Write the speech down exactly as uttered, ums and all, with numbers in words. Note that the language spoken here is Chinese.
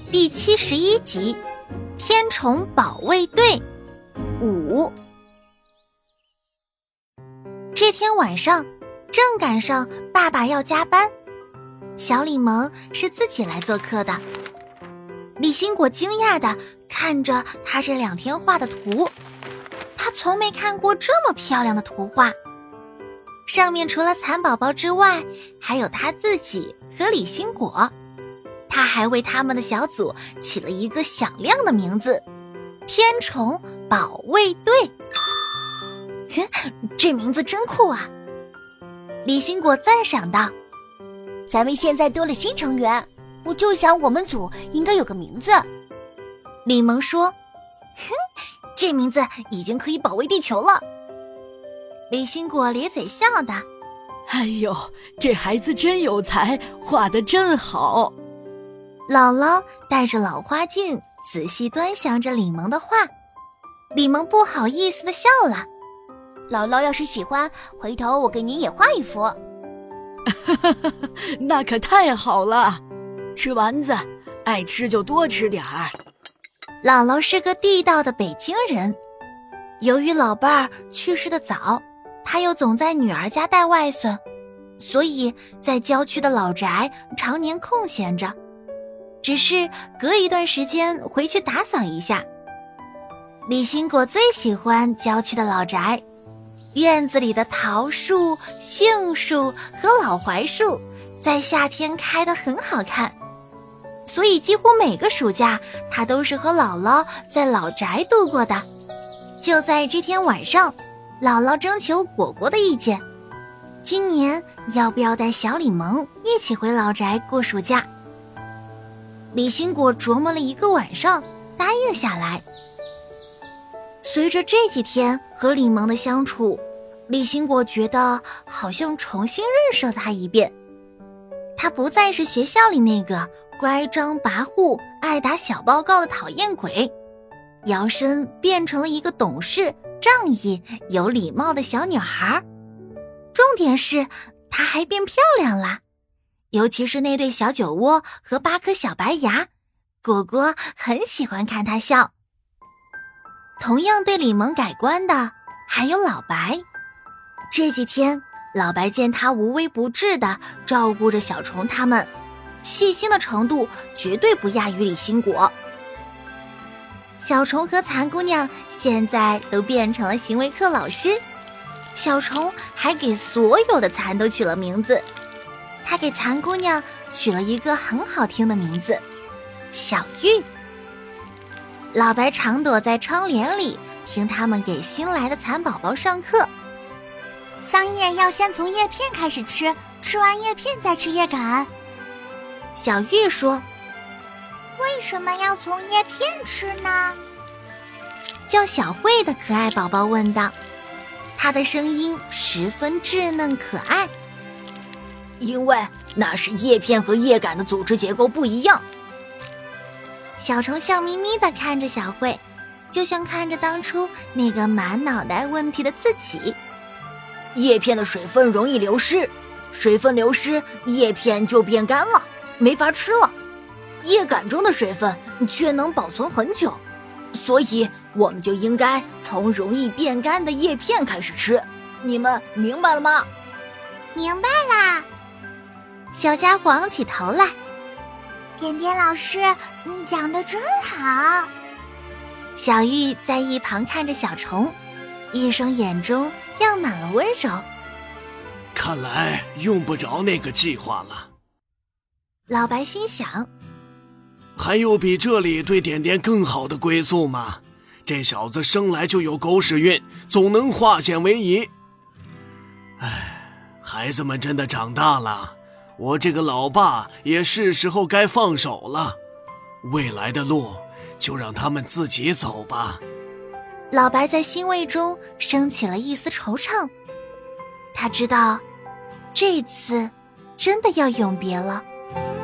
第七十一集，天虫保卫队五。这天晚上，正赶上爸爸要加班，小李萌是自己来做客的。李新果惊讶地看着他这两天画的图，他从没看过这么漂亮的图画。上面除了蚕宝宝之外，还有他自己和李新果。他还为他们的小组起了一个响亮的名字，天虫保卫队。这名字真酷啊！李新果赞赏道。 咱们现在多了新成员，我就想我们组应该有个名字。 李萌说，哼，这名字已经可以保卫地球了。李新果咧嘴笑道， 哎呦，这孩子真有才，画得真好。 姥姥戴着老花镜仔细端详着李萌的画，李萌不好意思地笑了。 姥姥要是喜欢，回头我给您也画一幅。 那可太好了，吃丸子，爱吃就多吃点儿。 姥姥是个地道的北京人，由于老伴儿去世的早，她又总在女儿家带外孙，所以在郊区的老宅常年空闲着，只是隔一段时间回去打扫一下。李新果最喜欢郊区的老宅，院子里的桃树、杏树和老槐树在夏天开得很好看，所以几乎每个暑假他都是和姥姥在老宅度过的。就在这天晚上，姥姥征求果果的意见，今年要不要带小李萌一起回老宅过暑假。李新果琢磨了一个晚上，答应下来。随着这几天和李萌的相处，李新果觉得好像重新认识了他一遍。他不再是学校里那个乖张跋扈、爱打小报告的讨厌鬼，摇身变成了一个懂事、仗义、有礼貌的小女孩。重点是，她还变漂亮了，尤其是那对小酒窝和八颗小白牙，果果很喜欢看她笑。同样对李萌改观的还有老白。这几天，老白见他无微不至地照顾着小虫他们，细心的程度绝对不亚于李新果。小虫和蚕姑娘现在都变成了行为课老师，小虫还给所有的蚕都取了名字，他给蚕姑娘取了一个很好听的名字，小玉。老白常躲在窗帘里听他们给新来的蚕宝宝上课。 桑叶要先从叶片开始吃，吃完叶片再吃叶杆。 小玉说， 为什么要从叶片吃呢？ 叫小慧的可爱宝宝问道，她的声音十分稚嫩可爱。因为那是叶片和叶杆的组织结构不一样。小虫笑眯眯地看着小慧，就像看着当初那个满脑袋问题的自己。叶片的水分容易流失，水分流失，叶片就变干了，没法吃了。叶杆中的水分却能保存很久，所以我们就应该从容易变干的叶片开始吃。你们明白了吗？ 明白啦。 小家伙昂起头来。 点点老师，你讲得真好。 小玉在一旁看着小虫，一双眼中漾满了温柔。 看来用不着那个计划了。 老白心想， 还有比这里对点点更好的归宿吗？这小子生来就有狗屎运，总能化险为夷。唉，孩子们真的长大了，我这个老爸也是时候该放手了。未来的路就让他们自己走吧。 老白在欣慰中升起了一丝惆怅，他知道这次真的要永别了。